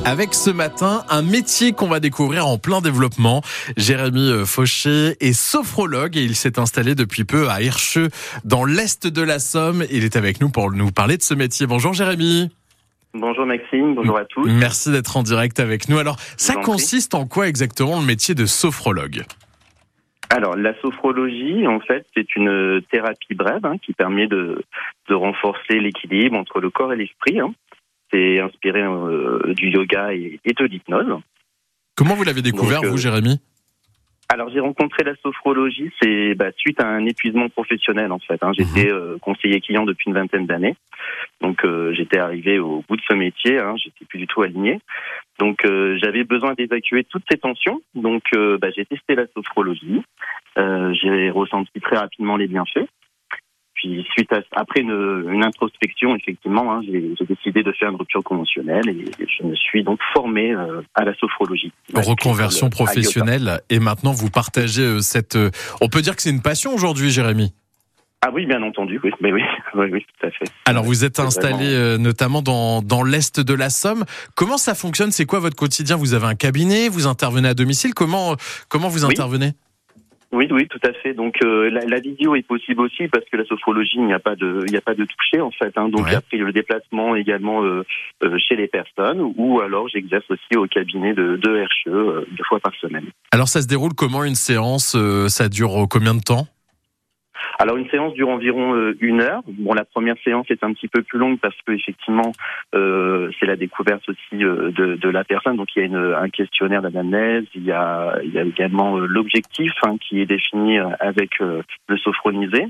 avec ce matin un métier qu'on va découvrir en plein développement. Jérémy Fauché est sophrologue et il s'est installé depuis peu à Hirscheux dans l'est de la Somme. Il est avec nous pour nous parler de ce métier. Bonjour Jérémy. Bonjour Maxime, bonjour à tous. Merci d'être en direct avec nous. Alors, ça consiste en quoi exactement le métier de sophrologue ? Alors, la sophrologie, en fait, c'est une thérapie brève qui permet de renforcer l'équilibre entre le corps et l'esprit. C'est inspiré du yoga et de l'hypnose. Comment vous l'avez découvert, vous, Jérémy ? Alors, j'ai rencontré la sophrologie, c'est suite à un épuisement professionnel, en fait. J'étais conseiller client depuis une vingtaine d'années. Donc, j'étais arrivé au bout de ce métier, j'étais plus du tout aligné. Donc, j'avais besoin d'évacuer toutes ces tensions. Donc, j'ai testé la sophrologie. J'ai ressenti très rapidement les bienfaits. Puis, après une introspection, effectivement, j'ai décidé de faire une rupture conventionnelle et je me suis donc formé à la sophrologie. Reconversion professionnelle. Et maintenant, vous partagez cette... On peut dire que c'est une passion aujourd'hui, Jérémy ? Ah oui, bien entendu, oui. Mais oui, tout à fait. Alors, vous êtes installé notamment dans l'est de la Somme. Comment ça fonctionne ? C'est quoi votre quotidien ? Vous avez un cabinet ? Vous intervenez à domicile ? Comment vous intervenez ? Oui, tout à fait. Donc la vidéo est possible aussi parce que la sophrologie, il n'y a pas de toucher en fait. Donc après le déplacement également chez les personnes ou alors j'exerce aussi au cabinet de Hirscheux 2 fois par semaine. Alors ça se déroule comment une séance ? Ça dure combien de temps ? Alors une séance dure environ 1 heure. Bon, la première séance est un petit peu plus longue parce que effectivement c'est la découverte aussi de la personne. Donc il y a un questionnaire d'anamnèse, il y a également l'objectif qui est défini avec le sophronisé.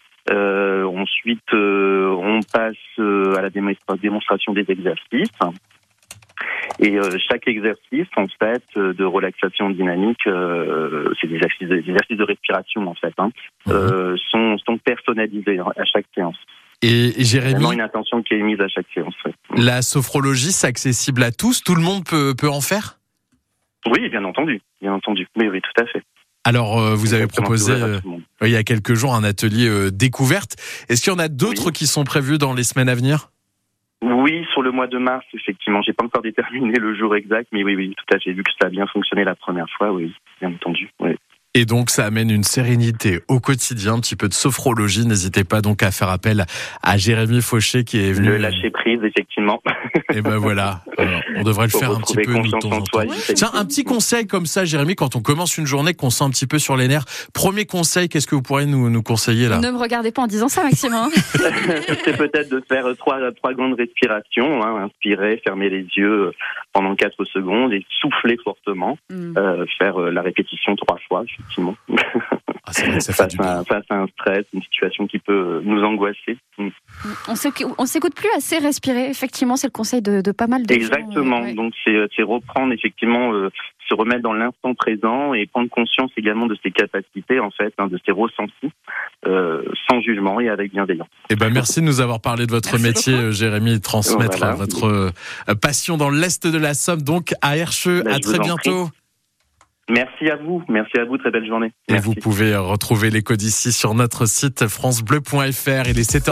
Ensuite on passe à la démonstration des exercices. Et chaque exercice, en fait, de relaxation dynamique, c'est des exercices de respiration, en fait, sont personnalisés à chaque séance. Et Jérémy, vraiment une intention qui est mise à chaque séance. La sophrologie, c'est accessible à tous ? Tout le monde peut en faire ? Oui, bien entendu. Oui, tout à fait. Alors, vous avez proposé il y a quelques jours un atelier découverte. Est-ce qu'il y en a d'autres qui sont prévus dans les semaines à venir ? Oui, sur le mois de mars, effectivement. J'ai pas encore déterminé le jour exact, mais oui, tout à fait. Vu que ça a bien fonctionné la première fois, oui, bien entendu. Oui. Et donc, ça amène une sérénité au quotidien, un petit peu de sophrologie. N'hésitez pas donc à faire appel à Jérémy Fauché qui est venu. Le lâcher prise, effectivement. Et ben voilà, on devrait le faire un petit peu de temps en temps. Tiens, un petit conseil comme ça, Jérémy, quand on commence une journée, qu'on sent un petit peu sur les nerfs. Premier conseil, qu'est-ce que vous pourriez nous conseiller là ? Ne me regardez pas en disant ça, Maxime. C'est peut-être de faire trois grandes respirations. Inspirer, fermer les yeux pendant 4 secondes et souffler fortement. Faire la répétition 3 fois, effectivement. Ah, c'est vrai que ça fait du bien. Face à un stress, une situation qui peut nous angoisser. On s'écoute plus assez respirer. Effectivement, c'est le conseil de pas mal de gens. Exactement. Donc c'est reprendre effectivement, se remettre dans l'instant présent et prendre conscience également de ses capacités en fait, de ses ressentis, sans jugement et avec bienveillance. Eh ben merci de nous avoir parlé de votre métier, Jérémy, et transmettre votre passion dans l'est de la Somme, donc à Hirscheux. À très bientôt. Merci à vous, très belle journée. Et vous pouvez retrouver l'écho d'ici sur notre site francebleu.fr. Il est 7h.